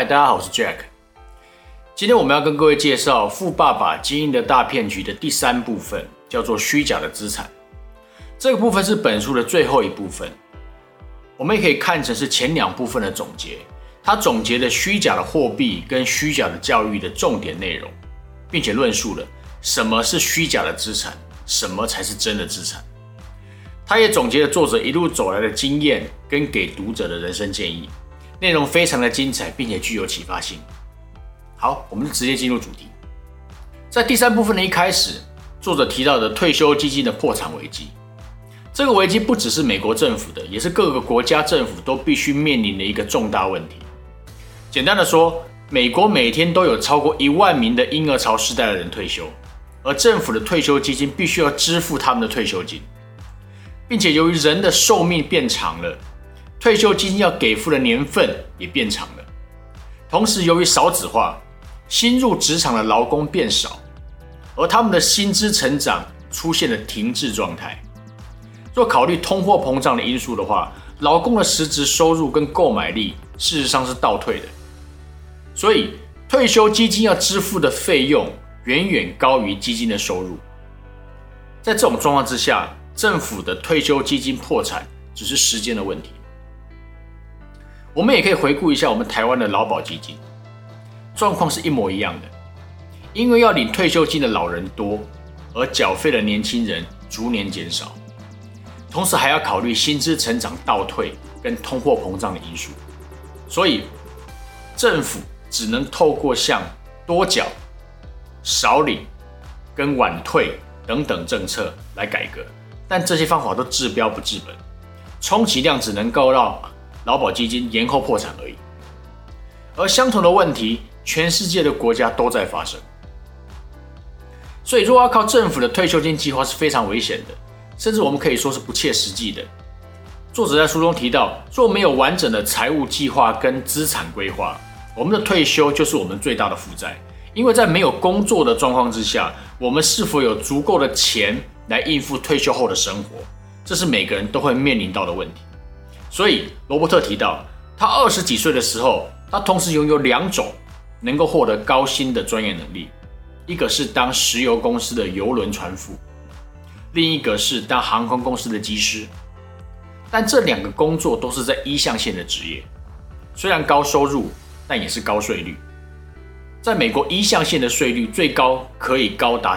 嗨，大家好，我是 Jack。今天我们要跟各位介绍《富爸爸经营的大骗局》的第3部分，叫做虚假的资产。这个部分是本书的最后一部分，我们也可以看成是前2部分的总结。它总结了虚假的货币跟虚假的教育的重点内容，并且论述了什么是虚假的资产，什么才是真的资产。它也总结了作者一路走来的经验跟给读者的人生建议，内容非常的精彩，并且具有启发性。好，我们就直接进入主题。在第3部分的一开始，作者提到的退休基金的破产危机，这个危机不只是美国政府的，也是各个国家政府都必须面临的一个重大问题。简单的说，美国每天都有超过1万名的婴儿潮世代的人退休，而政府的退休基金必须要支付他们的退休金，并且由于人的寿命变长了，退休基金要给付的年份也变长了。同时，由于少子化，新入职场的劳工变少，而他们的薪资成长出现了停滞状态。若考虑通货膨胀的因素的话，劳工的实质收入跟购买力事实上是倒退的，所以退休基金要支付的费用远远高于基金的收入。在这种状况之下，政府的退休基金破产只是时间的问题。我们也可以回顾一下我们台湾的劳保基金，状况是一模一样的。因为要领退休金的老人多，而缴费的年轻人逐年减少，同时还要考虑薪资成长倒退跟通货膨胀的因素，所以政府只能透过像多缴、少领跟晚退等等政策来改革，但这些方法都治标不治本，充其量只能够让劳保基金延后破产而已。而相同的问题，全世界的国家都在发生。所以，若要靠政府的退休金计划是非常危险的，甚至我们可以说是不切实际的。作者在书中提到，若没有完整的财务计划跟资产规划，我们的退休就是我们最大的负债。因为在没有工作的状况之下，我们是否有足够的钱来应付退休后的生活，这是每个人都会面临到的问题。所以，罗伯特提到，他20几岁的时候，他同时拥有2种能够获得高薪的专业能力，一个是当石油公司的邮轮船夫，另一个是当航空公司的机师。但这2个工作都是在1象限的职业，虽然高收入，但也是高税率。在美国1象限的税率最高可以高达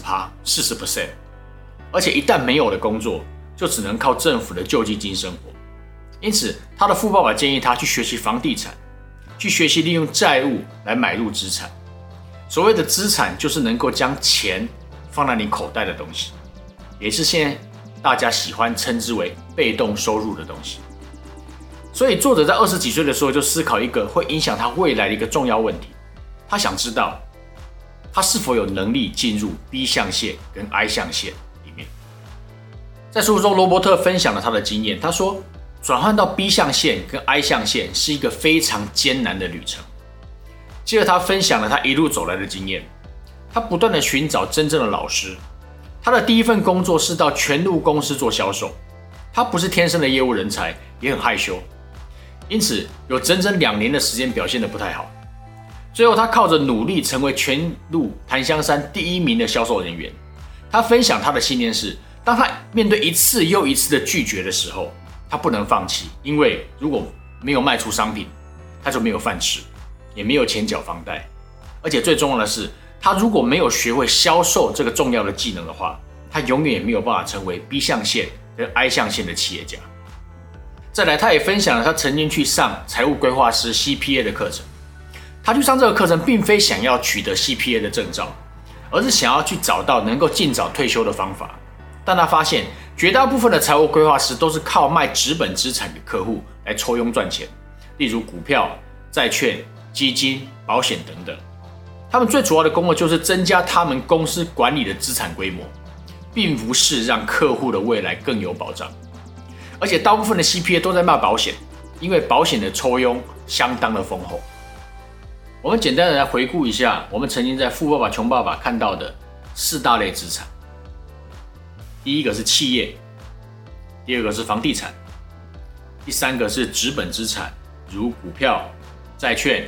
40%， 而且一旦没有了工作，就只能靠政府的救济金生活。因此，他的富爸爸建议他去学习房地产，去学习利用债务来买入资产。所谓的资产，就是能够将钱放在你口袋的东西，也是现在大家喜欢称之为被动收入的东西。所以，作者在20几岁的时候就思考一个会影响他未来的一个重要问题。他想知道，他是否有能力进入 B 象限跟 I 象限里面。在书中，罗伯特分享了他的经验。他说，转换到 B 象限跟 I 象限是一个非常艰难的旅程。接着他分享了他一路走来的经验。他不断的寻找真正的老师。他的第一份工作是到全路公司做销售。他不是天生的业务人才，也很害羞，因此有整整2年的时间表现得不太好。最后他靠着努力成为全路檀香山第1名的销售人员。他分享他的信念是，当他面对一次又一次的拒绝的时候，他不能放弃，因为如果没有卖出商品，他就没有饭吃，也没有钱缴房贷。而且最重要的是，他如果没有学会销售这个重要的技能的话，他永远也没有办法成为 B 象限跟 I 象限的企业家。再来，他也分享了他曾经去上财务规划师 CPA 的课程。他去上这个课程并非想要取得 CPA 的证照，而是想要去找到能够尽早退休的方法。但他发现绝大部分的财务规划师都是靠卖纸本资产给客户来抽佣赚钱，例如股票、债券、基金、保险等等。他们最主要的工作就是增加他们公司管理的资产规模，并不是让客户的未来更有保障。而且大部分的 CPA 都在卖保险，因为保险的抽佣相当的丰厚。我们简单的来回顾一下我们曾经在《富爸爸穷爸爸》看到的4大类资产。第一个是企业，第2个是房地产，第3个是纸本资产，如股票、债券、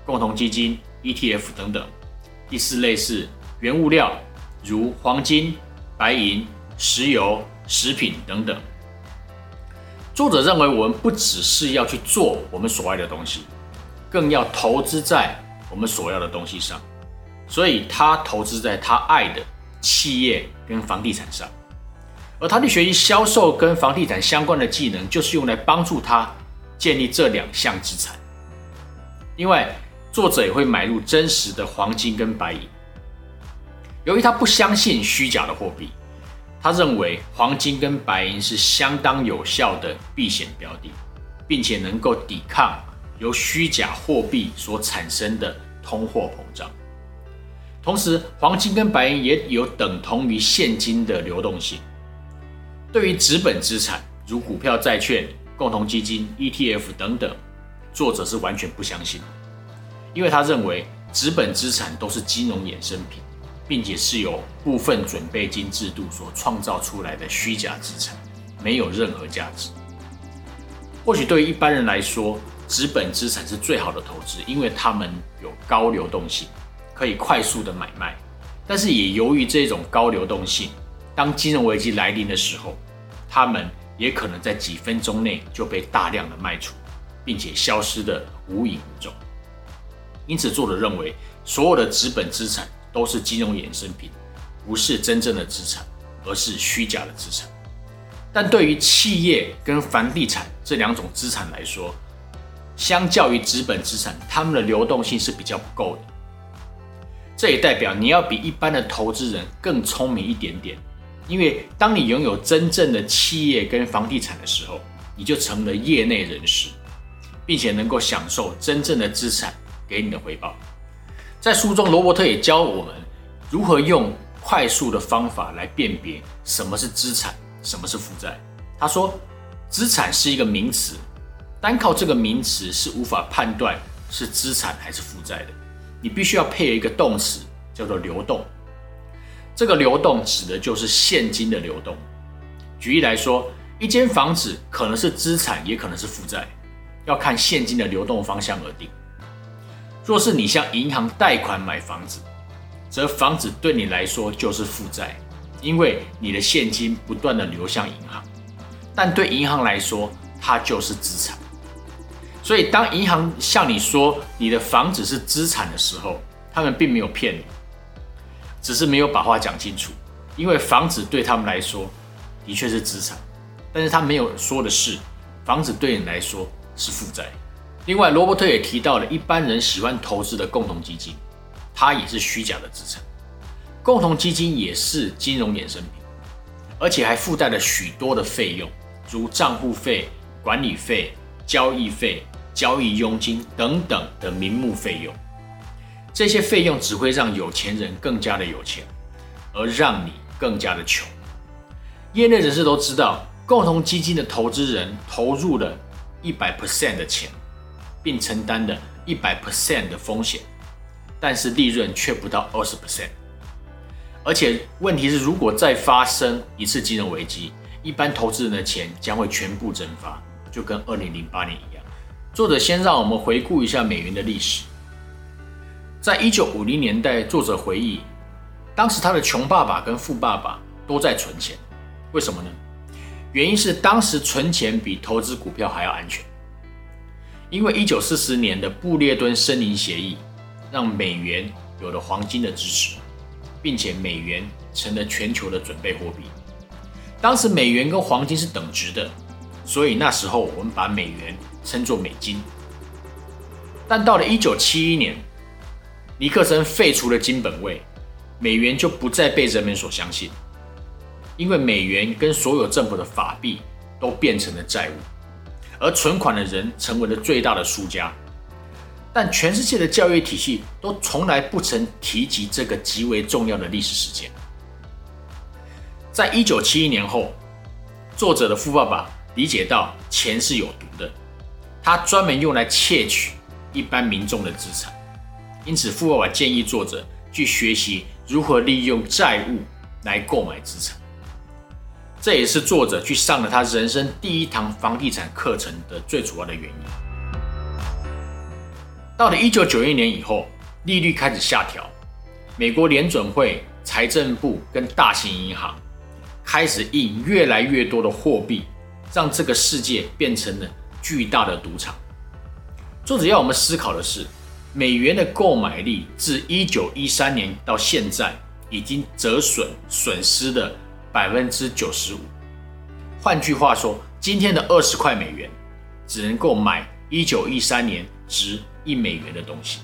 共同基金、ETF 等等。第4类是原物料，如黄金、白银、石油、食品等等。作者认为，我们不只是要去做我们所爱的东西，更要投资在我们所要的东西上。所以他投资在他爱的企业跟房地产上，而他去学习销售跟房地产相关的技能，就是用来帮助他建立这2项资产。另外，作者也会买入真实的黄金跟白银。由于他不相信虚假的货币，他认为黄金跟白银是相当有效的避险标的，并且能够抵抗由虚假货币所产生的通货膨胀。同时，黄金跟白银也有等同于现金的流动性。对于纸本资产，如股票、债券、共同基金、ETF 等等，作者是完全不相信的，因为他认为纸本资产都是金融衍生品，并且是由部分准备金制度所创造出来的虚假资产，没有任何价值。或许对于一般人来说，纸本资产是最好的投资，因为它们有高流动性，可以快速的买卖。但是也由于这种高流动性，当金融危机来临的时候，它们也可能在几分钟内就被大量的卖出，并且消失的无影无踪。因此，作者认为所有的纸本资产都是金融衍生品，不是真正的资产，而是虚假的资产。但对于企业跟房地产这2种资产来说，相较于纸本资产，它们的流动性是比较不够的。这也代表你要比一般的投资人更聪明一点点，因为当你拥有真正的企业跟房地产的时候，你就成了业内人士，并且能够享受真正的资产给你的回报。在书中，罗伯特也教我们如何用快速的方法来辨别什么是资产，什么是负债。他说，资产是一个名词，单靠这个名词是无法判断是资产还是负债的，你必须要配合一个动词，叫做流动。这个流动指的就是现金的流动。举例来说，一间房子可能是资产，也可能是负债，要看现金的流动方向而定。若是你向银行贷款买房子，则房子对你来说就是负债，因为你的现金不断的流向银行，但对银行来说，它就是资产。所以当银行向你说你的房子是资产的时候，他们并没有骗你，只是没有把话讲清楚。因为房子对他们来说的确是资产，但是他没有说的是房子对你来说是负债。另外，罗伯特也提到了一般人喜欢投资的共同基金，它也是虚假的资产。共同基金也是金融衍生品，而且还附带了许多的费用，如账户费、管理费、交易费、交易佣金等等的名目费用。这些费用只会让有钱人更加的有钱，而让你更加的穷。业内人士都知道，共同基金的投资人投入了 100% 的钱，并承担了 100% 的风险，但是利润却不到 20%。而且问题是，如果再发生一次金融危机，一般投资人的钱将会全部蒸发，就跟2008年一样。作者先让我们回顾一下美元的历史。在1950年代，作者回忆，当时他的穷爸爸跟富爸爸都在存钱。为什么呢？原因是当时存钱比投资股票还要安全。因为1940年的布列顿森林协议让美元有了黄金的支持，并且美元成了全球的准备货币。当时美元跟黄金是等值的，所以那时候我们把美元称作美金。但到了1971年，尼克森废除了金本位，美元就不再被人们所相信，因为美元跟所有政府的法币都变成了债务，而存款的人成为了最大的输家。但全世界的教育体系都从来不曾提及这个极为重要的历史事件。在1971年后，作者的富爸爸理解到钱是有毒的，他专门用来窃取一般民众的资产。因此，富爸爸建议作者去学习如何利用债务来购买资产。这也是作者去上了他人生第一堂房地产课程的最主要的原因。 到了1991年以后，利率开始下调，美国联准会、财政部跟大型银行开始印越来越多的货币，让这个世界变成了巨大的赌场。作者要我们思考的是，美元的购买力自1913年到现在已经损失了 95%。换句话说，今天的20块美元只能够买1913年值1美元的东西。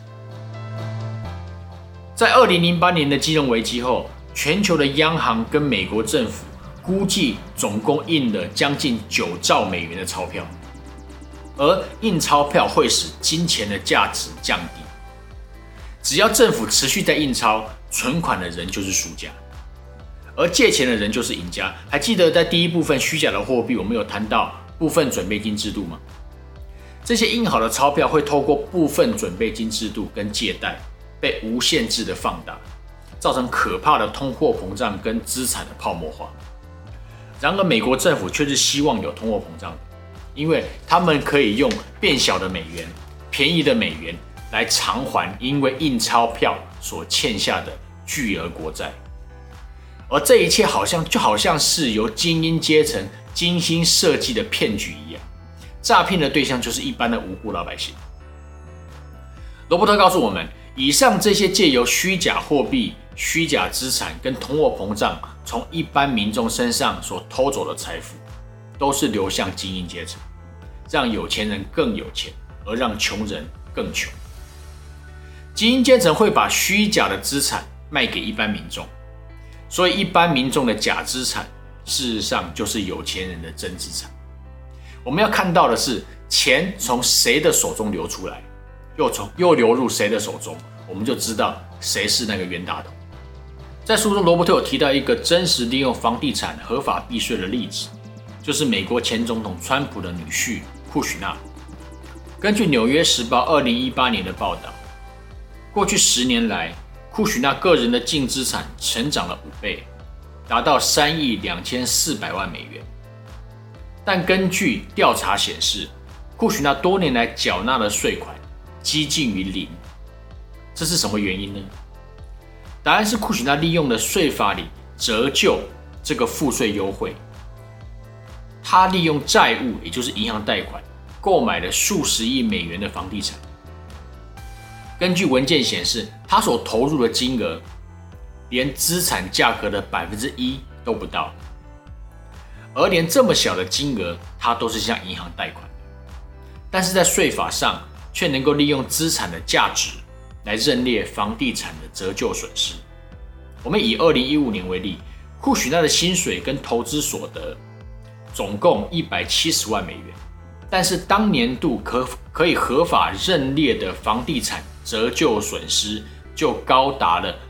在2008年的金融危机后，全球的央行跟美国政府估计总共印了将近9兆美元的钞票，而印钞票会使金钱的价值降低。只要政府持续在印钞，存款的人就是输家，而借钱的人就是赢家。还记得在第一部分虚假的货币，我们有谈到部分准备金制度吗？这些印好的钞票会透过部分准备金制度跟借贷被无限制的放大，造成可怕的通货膨胀跟资产的泡沫化。然而美国政府却是希望有通货膨胀的，因为他们可以用变小的美元、便宜的美元来偿还因为印钞票所欠下的巨额国债。而这一切好像是由精英阶层精心设计的骗局一样，诈骗的对象就是一般的无辜老百姓。罗伯特告诉我们，以上这些借由虚假货币、虚假资产跟通货膨胀从一般民众身上所偷走的财富，都是流向精英阶层，让有钱人更有钱，而让穷人更穷。精英阶层会把虚假的资产卖给一般民众，所以一般民众的假资产，事实上就是有钱人的真资产。我们要看到的是，钱从谁的手中流出来，又流入谁的手中，我们就知道谁是那个冤大头。在书中，罗伯特有提到一个真实利用房地产合法避税的例子，就是美国前总统川普的女婿库许纳。根据《纽约时报》2018年的报道，过去10年来，库许纳个人的净资产成长了5倍，达到3亿2400万美元。但根据调查显示，库许纳多年来缴纳的税款几近于0。这是什么原因呢？答案是库许纳利用了税法里折旧这个赋税优惠，他利用债务，也就是银行贷款，购买了数十亿美元的房地产。根据文件显示，他所投入的金额连资产价格的1%都不到，而连这么小的金额，他都是向银行贷款的。但是在税法上，却能够利用资产的价值来认列房地产的折旧损失。我们以2015年为例，库许纳的薪水跟投资所得总共170万美元，但是当年度可以合法认列的房地产折旧损失就高达了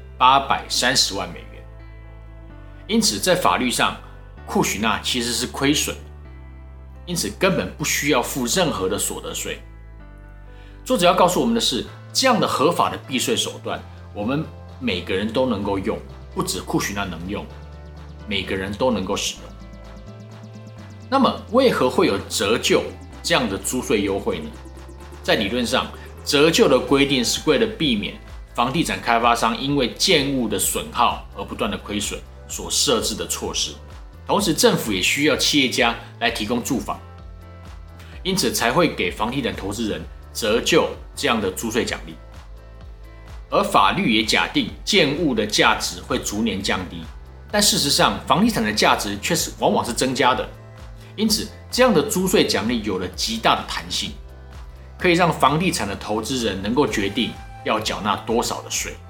830万美元。因此在法律上，库许纳其实是亏损的，因此根本不需要付任何的所得税。作者要告诉我们的是，这样的合法的避税手段，我们每个人都能够用，不止库许纳能用，每个人都能够使用。那么为何会有折旧这样的租税优惠呢？在理论上，折旧的规定是为了避免房地产开发商因为建物的损耗而不断的亏损所设置的措施。同时政府也需要企业家来提供住房，因此才会给房地产投资人折旧这样的租税奖励。而法律也假定建物的价值会逐年降低，但事实上房地产的价值却是往往是增加的。因此这样的租税奖励有了极大的弹性，可以让房地产的投资人能够决定要缴纳多少的税。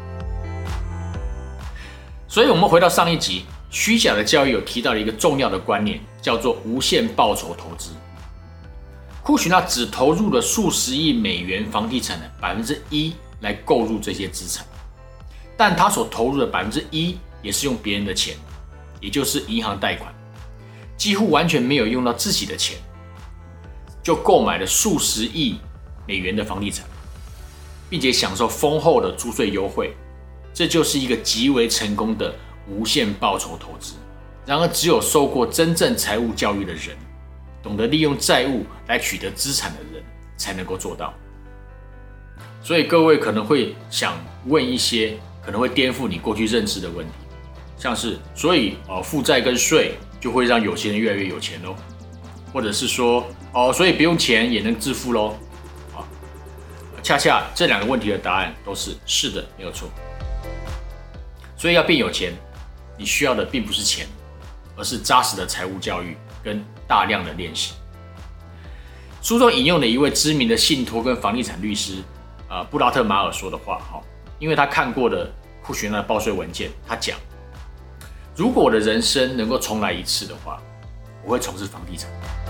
所以我们回到上一集，虚假的教育有提到了一个重要的观念，叫做无限报酬投资。库许纳只投入了数十亿美元房地产的1%来购入这些资产，但他所投入的1%也是用别人的钱，也就是银行贷款，几乎完全没有用到自己的钱，就购买了数十亿美元的房地产，并且享受丰厚的租税优惠。这就是一个极为成功的无限报酬投资。然而只有受过真正财务教育的人，懂得利用债务来取得资产的人才能够做到。 所以各位可能会想问一些可能会颠覆你过去认知的问题，像是所以负债跟税就会让有钱人越来越有钱咯，或者是说所以不用钱也能致富咯。恰恰这两个问题的答案都是的，没有错。所以要变有钱，你需要的并不是钱，而是扎实的财务教育跟大量的练习。书中引用的一位知名的信托跟房地产律师布拉特马尔说的话，因为他看过的库许纳的报税文件，他讲，如果我的人生能够重来一次的话，我会从事房地产。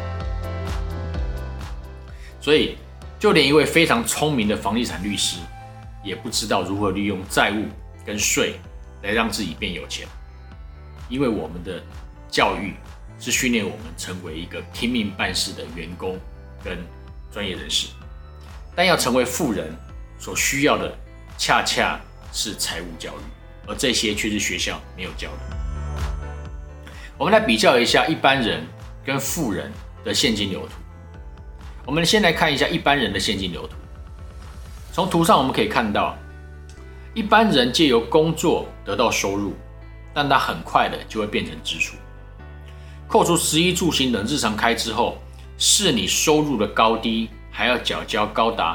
所以就连一位非常聪明的房地产律师也不知道如何利用债务跟税来让自己变有钱，因为我们的教育是训练我们成为一个拼命办事的员工跟专业人士，但要成为富人所需要的恰恰是财务教育，而这些却是学校没有教的。我们来比较一下一般人跟富人的现金流图。我们先来看一下一般人的现金流图。从图上我们可以看到，一般人借由工作得到收入，但他很快的就会变成支出。扣除食衣住行等日常开支后，是你收入的高低还要缴交高达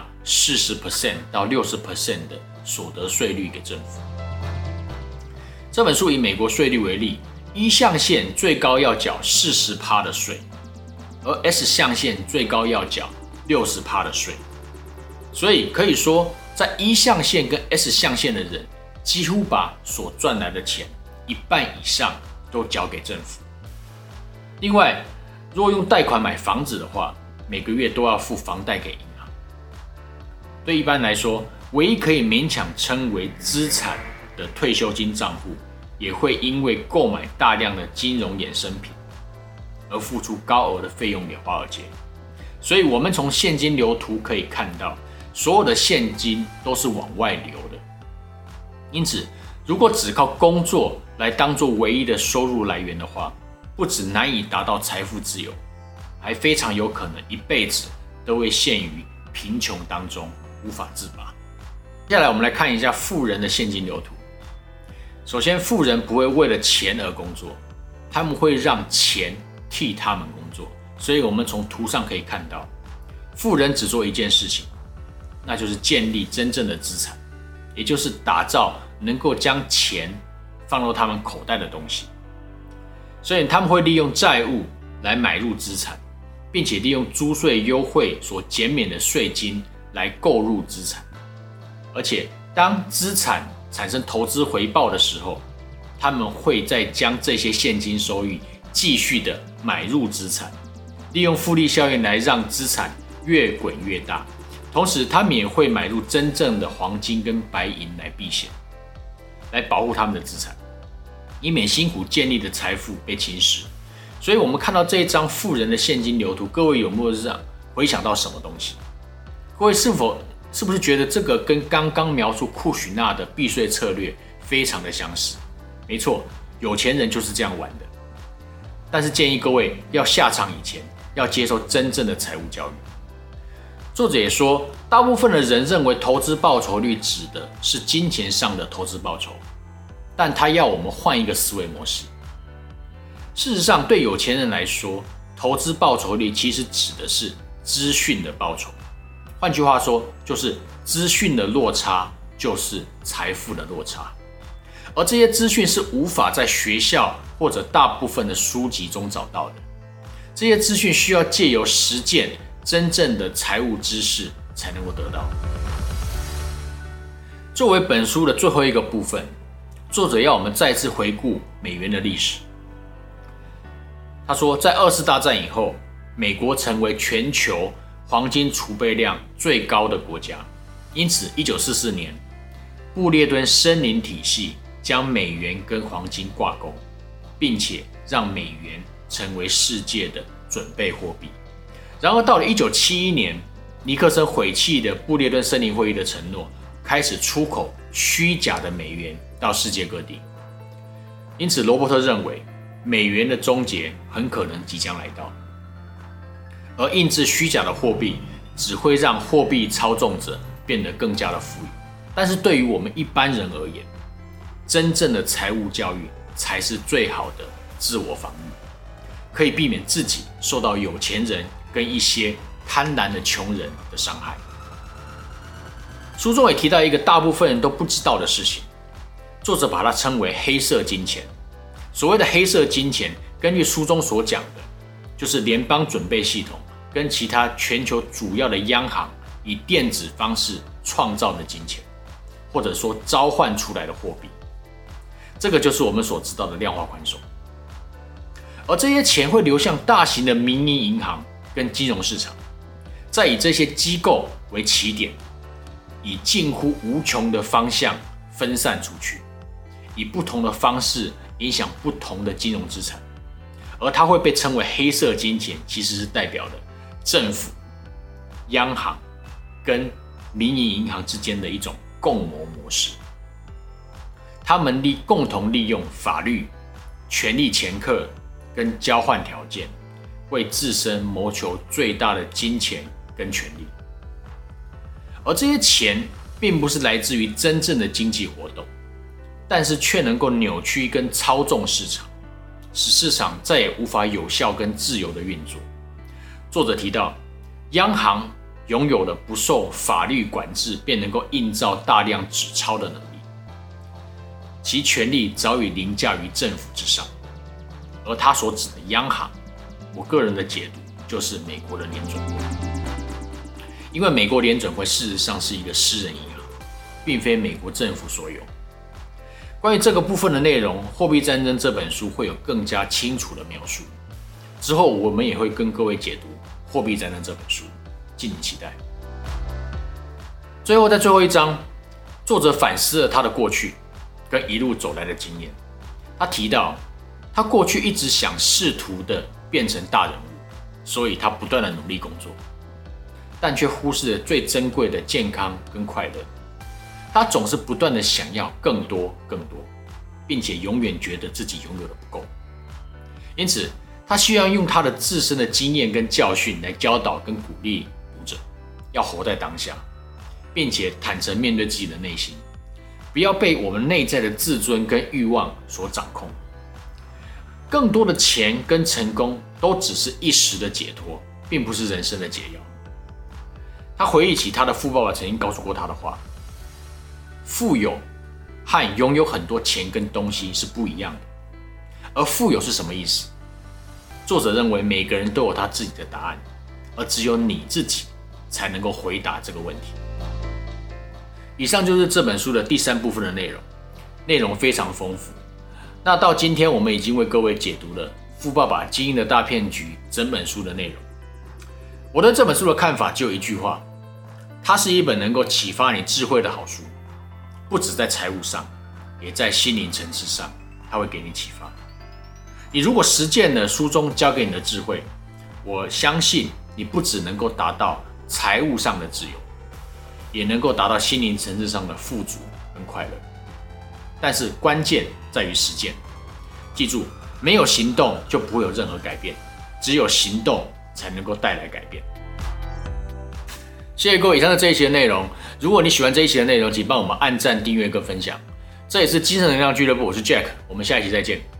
40% 到 60% 的所得税率给政府。这本书以美国税率为例，一象限最高要缴 40% 的税，而 S 象限最高要缴 60% 的税。所以可以说，在一象限跟 S 象限的人，几乎把所赚来的钱一半以上都交给政府。另外，如果用贷款买房子的话，每个月都要付房贷给银行。对一般人来说，唯一可以勉强称为资产的退休金账户，也会因为购买大量的金融衍生品而付出高额的费用给华尔街。所以我们从现金流图可以看到，所有的现金都是往外流的。因此，如果只靠工作来当作唯一的收入来源的话，不只难以达到财富自由，还非常有可能一辈子都会陷于贫穷当中无法自拔。接下来我们来看一下富人的现金流图。首先，富人不会为了钱而工作，他们会让钱替他们工作。所以我们从图上可以看到，富人只做一件事情，那就是建立真正的资产，也就是打造能够将钱放入他们口袋的东西。所以他们会利用债务来买入资产，并且利用租税优惠所减免的税金来购入资产。而且当资产产生投资回报的时候，他们会再将这些现金收益继续的买入资产，利用复利效应来让资产越滚越大。同时他们也会买入真正的黄金跟白银来避险，来保护他们的资产，以免辛苦建立的财富被侵蚀。所以我们看到这一张富人的现金流图，各位有没有回想到什么东西？各位是不是觉得这个跟刚刚描述库许纳的避税策略非常的相似？没错，有钱人就是这样玩的。但是建议各位要下场以前，要接受真正的财务教育。作者也说，大部分的人认为投资报酬率指的是金钱上的投资报酬，但他要我们换一个思维模式。事实上，对有钱人来说，投资报酬率其实指的是资讯的报酬。换句话说，就是资讯的落差就是财富的落差。而这些资讯是无法在学校或者大部分的书籍中找到的。这些资讯需要借由实践真正的财务知识才能够得到。作为本书的最后一个部分，作者要我们再次回顾美元的历史。他说，在二次大战以后，美国成为全球黄金储备量最高的国家，因此1944年，布列顿森林体系将美元跟黄金挂钩，并且让美元成为世界的准备货币。然而到了1971年，尼克森毁弃的布列顿森林会议的承诺，开始出口虚假的美元到世界各地。因此罗伯特认为，美元的终结很可能即将来到，而印制虚假的货币只会让货币操纵者变得更加的富裕。但是对于我们一般人而言，真正的财务教育才是最好的自我防御，可以避免自己受到有钱人跟一些贪婪的穷人的伤害。书中也提到一个大部分人都不知道的事情，作者把它称为黑色金钱。所谓的黑色金钱，根据书中所讲的，就是联邦准备系统跟其他全球主要的央行以电子方式创造的金钱，或者说召唤出来的货币。这个就是我们所知道的量化宽松。而这些钱会流向大型的民营银行跟金融市场，再以这些机构为起点，以近乎无穷的方向分散出去，以不同的方式影响不同的金融资产。而它会被称为黑色金钱，其实是代表了政府、央行跟民营银行之间的一种共谋模式。他们共同利用法律、权力掮客跟交换条件，为自身谋求最大的金钱跟权力。而这些钱并不是来自于真正的经济活动，但是却能够扭曲跟操纵市场，使市场再也无法有效跟自由的运作。作者提到，央行拥有了不受法律管制便能够印造大量纸钞的能力，其权力早已凌驾于政府之上。而他所指的央行，我个人的解读就是美国的联准会。因为美国联准会事实上是一个私人银行，并非美国政府所有。关于这个部分的内容，《货币战争》这本书会有更加清楚的描述。之后我们也会跟各位解读《货币战争》这本书，敬请期待。最后，在最后一章，作者反思了他的过去跟一路走来的经验。他提到，他过去一直想试图的变成大人物，所以他不断的努力工作，但却忽视了最珍贵的健康跟快乐。他总是不断的想要更多更多，并且永远觉得自己拥有的不够。因此，他需要用他的自身的经验跟教训来教导跟鼓励读者，要活在当下，并且坦诚面对自己的内心，不要被我们内在的自尊跟欲望所掌控。更多的钱跟成功都只是一时的解脱，并不是人生的解药。他回忆起他的富爸爸曾经告诉过他的话：富有和拥有很多钱跟东西是不一样的。而富有是什么意思？作者认为每个人都有他自己的答案，而只有你自己才能够回答这个问题。以上就是这本书的第3部分的内容，内容非常丰富。那到今天我们已经为各位解读了《富爸爸经营的大骗局》整本书的内容。我对这本书的看法只有一句话：它是一本能够启发你智慧的好书，不只在财务上，也在心灵层次上，它会给你启发。你如果实践了书中教给你的智慧，我相信你不只能够达到财务上的自由，也能够达到心灵层次上的富足跟快乐。但是关键在于实践，记住，没有行动就不会有任何改变，只有行动才能够带来改变。谢谢各位，以上的这一期的内容。如果你喜欢这一期的内容，请帮我们按赞、订阅跟分享。这也是精神能量俱乐部，我是 Jack， 我们下一期再见。